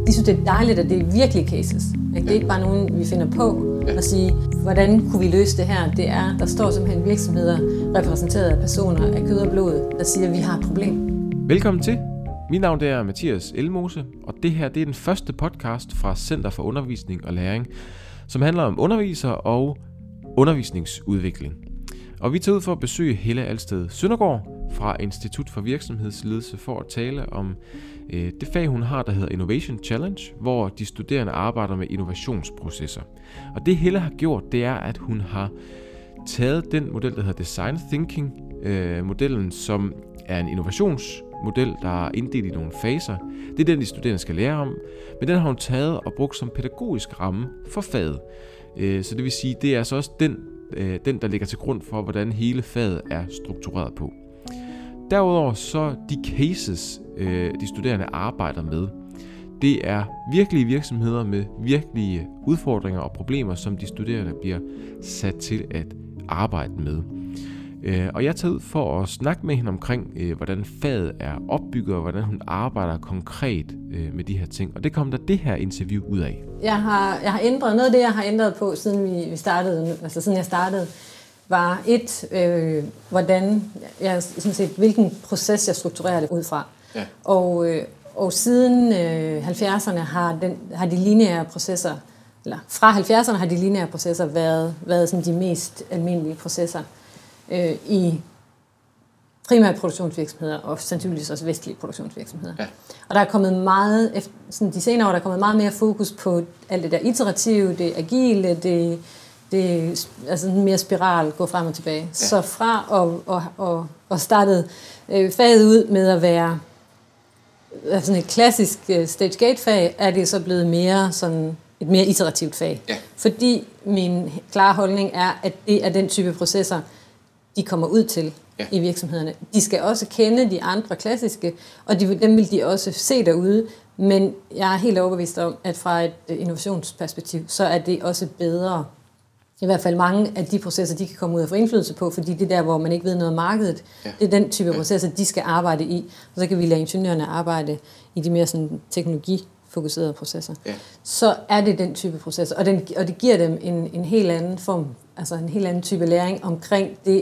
de synes, det er dejligt, at det er virkelige cases. Ikke? Det er ikke bare nogen, vi finder på og sige, hvordan kunne vi løse det her? Det er, der står simpelthen virksomheder repræsenteret af personer af kød og blod, der siger, at vi har et problem. Velkommen til. Mit navn er Mathias Elmose, og det her det er den første podcast fra Center for Undervisning og Læring, som handler om undervisere og undervisningsudvikling. Og vi tager ud for at besøge Helle Alsted Søndergaard fra Institut for Virksomhedsledelse for at tale om det fag, hun har, der hedder Innovation Challenge, hvor de studerende arbejder med innovationsprocesser. Og det Helle har gjort, det er, at hun har taget den model, der hedder Design Thinking, modellen, som er en innovationsmodel, der er inddelt i nogle faser. Det er den, de studerende skal lære om, men den har hun taget og brugt som pædagogisk ramme for faget. Så det vil sige, det er altså også den, der ligger til grund for, hvordan hele faget er struktureret på. Derudover så de cases, de studerende arbejder med, det er virkelige virksomheder med virkelige udfordringer og problemer, som de studerende bliver sat til at arbejde med. Og jeg tager ud for at snakke med hende omkring, hvordan faget er opbygget, og hvordan hun arbejder konkret med de her ting. Og det kom der det her interview ud af. Jeg har ændret noget af det, jeg har ændret på, siden vi startede, altså siden jeg startede, var hvilken proces jeg strukturerer det ud fra. Ja. Og siden 70'erne har de lineære processer, eller fra 70'erne har de lineære processer været sådan de mest almindelige processer i primære produktionsvirksomheder og sandsynligvis også vestlige produktionsvirksomheder. Ja. Og der er kommet meget, sådan de senere år, der er kommet meget mere fokus på alt det der iterative, det agile, det altså mere spiral, gå frem og tilbage. Ja. Så fra at starte faget ud med at være sådan et klassisk stage gate fag, er det så blevet mere sådan et mere iterativt fag. Ja. Fordi min klare holdning er, at det er den type processer, de kommer ud til i virksomhederne. De skal også kende de andre klassiske, og dem vil de også se derude, men jeg er helt overbevist om, at fra et innovationsperspektiv, så er det også bedre. I hvert fald mange af de processer, de kan komme ud og få indflydelse på, fordi det er der, hvor man ikke ved noget om markedet. Ja. Det er den type processer, de skal arbejde i, og så kan vi lade ingeniørerne arbejde i de mere sådan teknologifokuserede processer. Ja. Så er det den type processer, og det giver dem en helt anden form, altså en helt anden type læring omkring det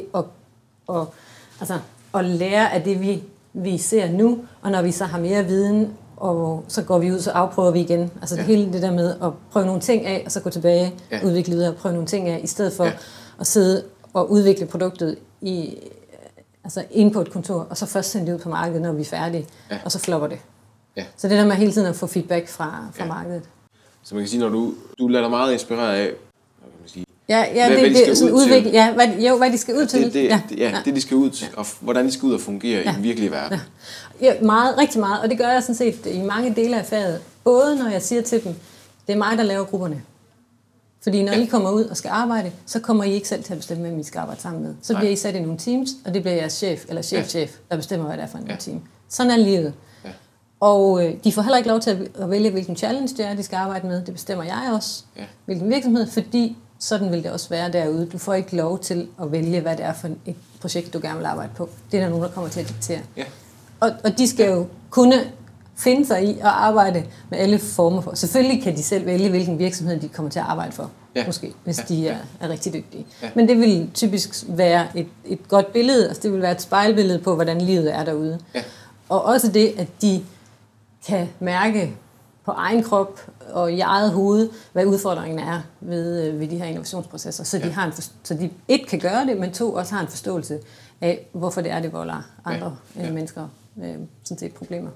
at lære af det, vi ser nu, og når vi så har mere viden, og så går vi ud, så afprøver vi igen. Altså det hele det der med at prøve nogle ting af, og så gå tilbage, udvikle videre, prøve nogle ting af, i stedet for at sidde og udvikle produktet inde på et kontor, og så først sende det ud på markedet, når vi er færdige, og så flopper det. Ja. Så det der med hele tiden at få feedback fra markedet. Så man kan sige, når du lader dig meget inspireret af, det er sådan udvikling. Ja, hvad de skal ud til. Det de skal ud til, og hvordan de skal ud og fungere i den virkelige verden. Ja, rigtig meget, og det gør jeg sådan set i mange dele af faget. Både når jeg siger til dem, det er mig, der laver grupperne. Fordi når I kommer ud og skal arbejde, så kommer I ikke selv til at bestemme, hvem I skal arbejde sammen med. Så bliver I sat i nogle teams, og det bliver jeres chef eller chef, der bestemmer, hvad det er for en team. Sådan er livet. Ja. Og de får heller ikke lov til at vælge, hvilken challenge det er, de skal arbejde med. Det bestemmer jeg også. Ja. Hvilken virksomhed, fordi sådan vil det også være derude. Du får ikke lov til at vælge, hvad det er for et projekt, du gerne vil arbejde på. Det er der nogen, der kommer til at diktere. Ja. Og de skal jo kunne finde sig i at arbejde med alle former for. Selvfølgelig kan de selv vælge, hvilken virksomhed de kommer til at arbejde for. Ja. Måske, hvis de er rigtig dygtige. Ja. Men det vil typisk være et godt billede. Altså det vil være et spejlbillede på, hvordan livet er derude. Ja. Og også det, at de kan mærke på egen krop og i eget hoved, hvad udfordringen er ved de her innovationsprocesser. Så de et kan gøre det, men to også har en forståelse af, hvorfor det er, det volder andre mennesker sådan set problemer.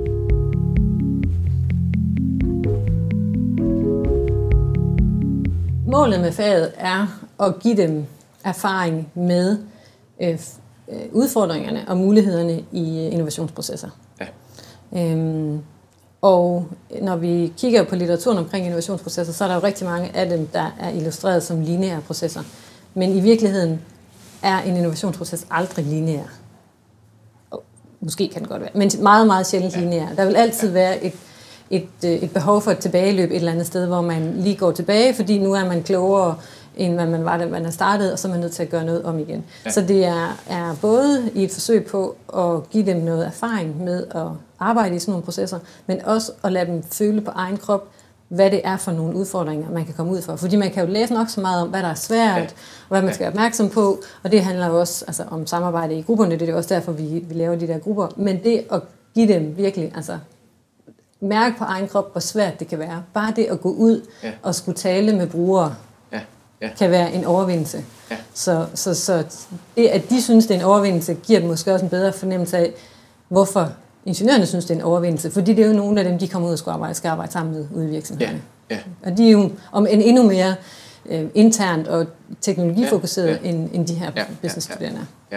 Målet med faget er at give dem erfaring med udfordringerne og mulighederne i innovationsprocesser. Ja. Og når vi kigger på litteraturen omkring innovationsprocesser, så er der jo rigtig mange af dem, der er illustreret som lineære processer. Men i virkeligheden er en innovationsproces aldrig lineær. Måske kan det godt være, men meget, meget sjældent lineær. Der vil altid være et behov for et tilbageløb et eller andet sted, hvor man lige går tilbage, fordi nu er man klogere, end hvad man var, da man har startet, og så er man nødt til at gøre noget om igen. Ja. Så det er både i et forsøg på at give dem noget erfaring med at arbejde i sådan nogle processer, men også at lade dem føle på egen krop, hvad det er for nogle udfordringer, man kan komme ud for. Fordi man kan jo læse nok så meget om, hvad der er svært, og hvad man skal være opmærksom på, og det handler jo også altså, om samarbejde i grupperne, det er også derfor, vi laver de der grupper. Men det at give dem virkelig, altså mærke på egen krop, hvor svært det kan være. Bare det at gå ud og skulle tale med brugere, kan være en overvindelse. Ja. Så det, at de synes, det er en overvindelse, giver dem måske også en bedre fornemmelse af, hvorfor ingeniørerne synes, det er en overvindelse. Fordi det er jo nogle af dem, de kommer ud og skal arbejde sammen med ude i virksomhederne. Ja. Ja. Og de er jo om endnu mere internt og teknologifokuseret end de her businessstuderende. Ja.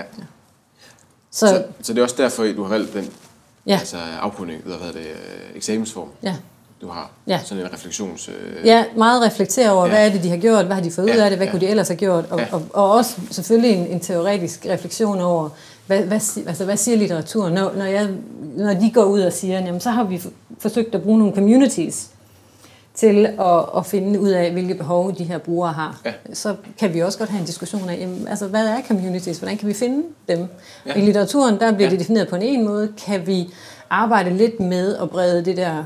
Så det er også derfor, du har valgt den altså afprøvning, eksamensform. Ja. Du har sådan en refleksions... Ja, meget reflektere over, hvad er det, de har gjort, hvad har de fået ud af det, hvad kunne de ellers have gjort, og også selvfølgelig en teoretisk refleksion over, hvad siger litteraturen, når de går ud og siger, jamen, så har vi forsøgt at bruge nogle communities til at finde ud af, hvilke behov de her brugere har. Ja. Så kan vi også godt have en diskussion af, jamen, altså, hvad er communities, hvordan kan vi finde dem? Ja. I litteraturen, der bliver det defineret på en måde, kan vi arbejde lidt med at brede det der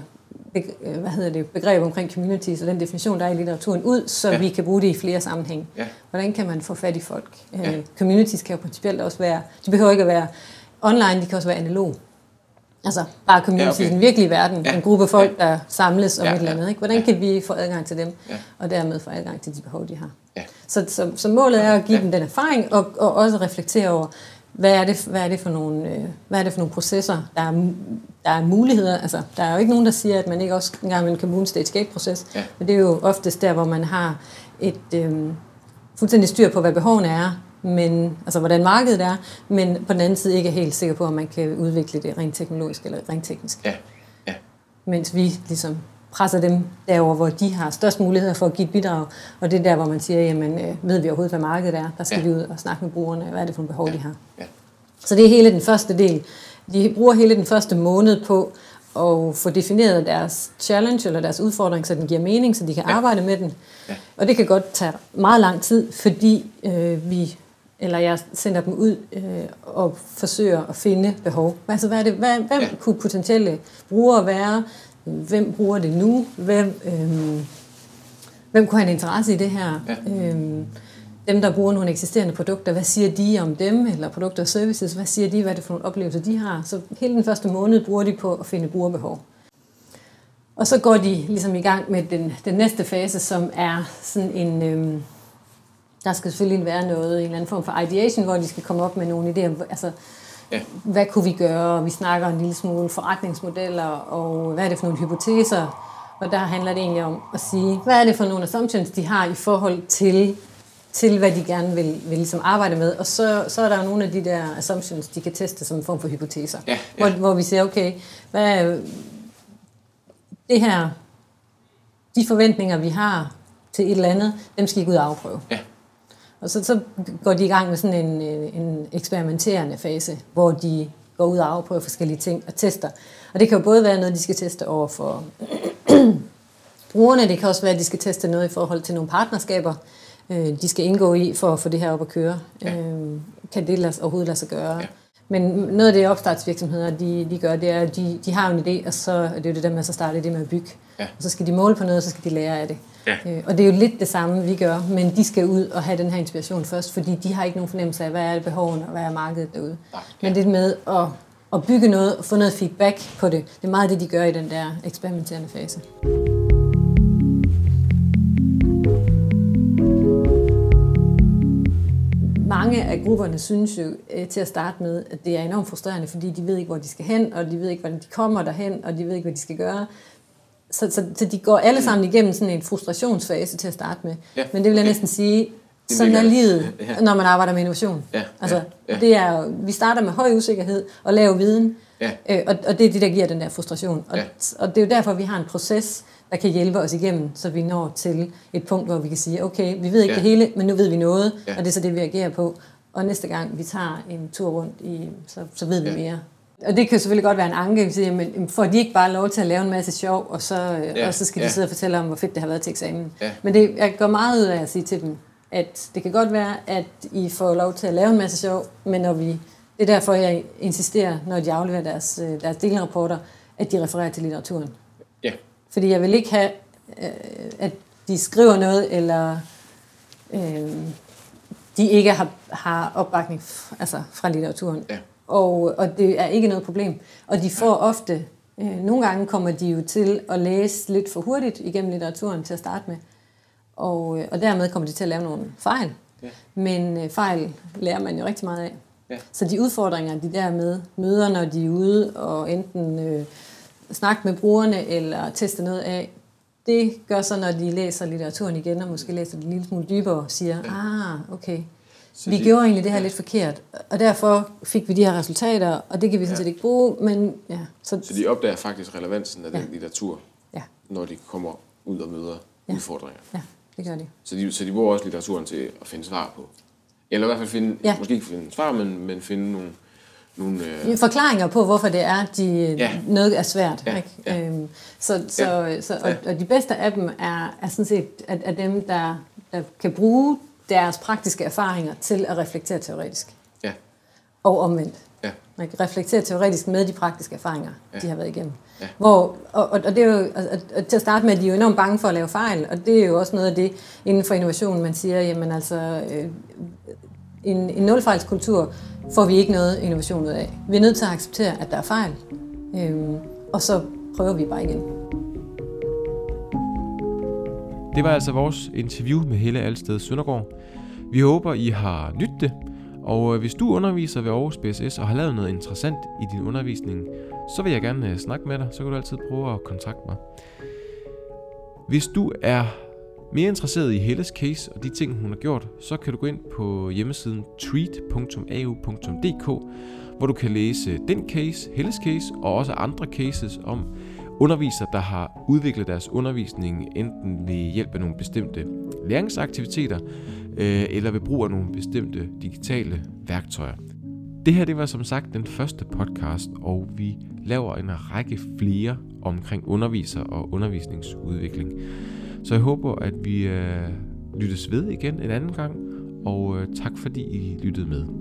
begreb omkring communities og den definition, der er i litteraturen ud, så vi kan bruge det i flere sammenhæng. Ja. Hvordan kan man få fat i folk? Communities kan jo principielt også være, de behøver ikke at være online, de kan også være analog. Altså bare communities i den virkelige verden, en gruppe folk, der samles om et eller andet. Ikke? Hvordan kan vi få adgang til dem, og dermed få adgang til de behov, de har? Ja. Så målet er at give dem den erfaring, og også reflektere over, hvad er det for nogle processer, der er muligheder. Altså, der er jo ikke nogen, der siger, at man ikke også engang kan bruge en stage gate-proces, men det er jo oftest der, hvor man har et fuldstændig styr på, hvad behovene er, men, altså hvordan markedet er, men på den anden side ikke er helt sikker på, om man kan udvikle det rent teknologisk eller rent teknisk. Ja. Ja. Mens vi ligesom presser dem derover, hvor de har størst muligheder for at give et bidrag, og det er der, hvor man siger, jamen, ved vi overhovedet, hvad markedet er? Der skal vi ud og snakke med brugerne, hvad er det for en behov, de har? Ja. Så det er hele den første del. De bruger hele den første måned på at få defineret deres challenge eller deres udfordring, så den giver mening, så de kan arbejde med den. Ja. Og det kan godt tage meget lang tid, fordi jeg sender dem ud og forsøger at finde behov. Altså, hvem kunne potentielle brugere være? Hvem bruger det nu? Hvem kunne have en interesse i det her? Ja. Dem, der bruger nogle eksisterende produkter, hvad siger de om dem? Eller produkter og services, hvad siger de? Hvad er det for nogle oplevelser, de har? Så hele den første måned bruger de på at finde brugerbehov. Og så går de ligesom i gang med den næste fase, som er sådan en... der skal selvfølgelig være en eller anden form for ideation, hvor de skal komme op med nogle idéer. Altså, hvad kunne vi gøre? Vi snakker en lille smule forretningsmodeller, og hvad er det for nogle hypoteser? Og der handler det egentlig om at sige, hvad er det for nogle assumptions, de har i forhold til hvad de gerne vil ligesom arbejde med. Og så er der jo nogle af de der assumptions, de kan teste som en form for hypoteser. Hvor vi siger, okay, hvad er det her, de forventninger, vi har til et eller andet, dem skal I gå ud og afprøve. Ja. Og så går de i gang med sådan en eksperimenterende fase, hvor de går ud og afprøver forskellige ting og tester. Og det kan jo både være noget, de skal teste over for brugerne, det kan også være, at de skal teste noget i forhold til nogle partnerskaber, de skal indgå i for at få det her op at køre. Ja. Kan det overhovedet lade sig gøre? Ja. Men noget af det opstartsvirksomheder, de gør, det er, at de har en idé, og så er det jo det der med at så starte det med at bygge. Ja. Og så skal de måle på noget, og så skal de lære af det. Ja. Og det er jo lidt det samme, vi gør, men de skal ud og have den her inspiration først, fordi de har ikke nogen fornemmelse af, hvad er det behovene, og hvad er markedet derude. Ja. Men det med at bygge noget og få noget feedback på det, det er meget det, de gør i den der eksperimenterende fase. Mange af grupperne synes jo til at starte med, at det er enormt frustrerende, fordi de ved ikke, hvor de skal hen, og de ved ikke, hvordan de kommer derhen, og de ved ikke, hvad de skal gøre. Så de går alle sammen igennem sådan en frustrationsfase til at starte med. Ja. Men det vil jeg næsten sige, sådan er livet, når man arbejder med innovation. Ja. Altså, det er, vi starter med høj usikkerhed og lav viden, og det er det, der giver den der frustration. Og det er jo derfor, vi har en proces, der kan hjælpe os igennem, så vi når til et punkt, hvor vi kan sige, okay, vi ved ikke det hele, men nu ved vi noget, og det er så det, vi agerer på. Og næste gang, vi tager en tur rundt, så ved vi mere. Og det kan selvfølgelig godt være en anke, men får de ikke bare lov til at lave en masse sjov, og så skal de sidde og fortælle om, hvor fedt det har været til eksamen. Ja. Men jeg går meget ud af at sige til dem, at det kan godt være, at I får lov til at lave en masse sjov, men det er derfor, jeg insisterer, når de afleverer deres delrapporter, at de refererer til litteraturen. Ja. Fordi jeg vil ikke have, at de skriver noget, eller de ikke har opbakning fra litteraturen. Ja. Og det er ikke noget problem. Og de får ofte, nogle gange kommer de jo til at læse lidt for hurtigt igennem litteraturen til at starte med. Og dermed kommer de til at lave nogle fejl. Ja. Men fejl lærer man jo rigtig meget af. Ja. Så de udfordringer, de dermed møder, når de er ude og enten snakke med brugerne eller teste noget af, det gør så, når de læser litteraturen igen, og måske læser det en lille smule dybere og siger, okay, vi gjorde egentlig det her lidt forkert, og derfor fik vi de her resultater, og det kan vi sådan set ikke bruge, men ja. Så de opdager faktisk relevansen af den litteratur, når de kommer ud og møder udfordringer. Ja, det gør de. Så de bruger også litteraturen til at finde svar på. Eller i hvert fald måske ikke finde svar, men finde nogle forklaringer på, hvorfor det er, noget er svært. Ja. Ikke? Og de bedste af dem er sådan set at dem, der kan bruge deres praktiske erfaringer til at reflektere teoretisk. Ja. Og omvendt. Ja. Reflektere teoretisk med de praktiske erfaringer, de har været igennem. Ja. Og det er jo, til at starte med, de er jo enormt bange for at lave fejl, og det er jo også noget af det inden for innovation, man siger, jamen altså, en nulfejlskultur får vi ikke noget innovation ud af. Vi er nødt til at acceptere, at der er fejl, og så prøver vi bare igen. Det var altså vores interview med Helle Alsted Søndergaard. Vi håber, I har nydt det, og hvis du underviser ved Aarhus BSS og har lavet noget interessant i din undervisning, så vil jeg gerne snakke med dig, så kan du altid prøve at kontakte mig. Hvis du er mere interesseret i Helles case og de ting, hun har gjort, så kan du gå ind på hjemmesiden treat.au.dk, hvor du kan læse den case, Helles case, og også andre cases om undervisere, der har udviklet deres undervisning enten ved hjælp af nogle bestemte læringsaktiviteter eller ved brug af nogle bestemte digitale værktøjer. Det her, det var som sagt den første podcast, og vi laver en række flere omkring undervisere og undervisningsudvikling. Så jeg håber, at vi lyttes ved igen en anden gang, og tak fordi I lyttede med.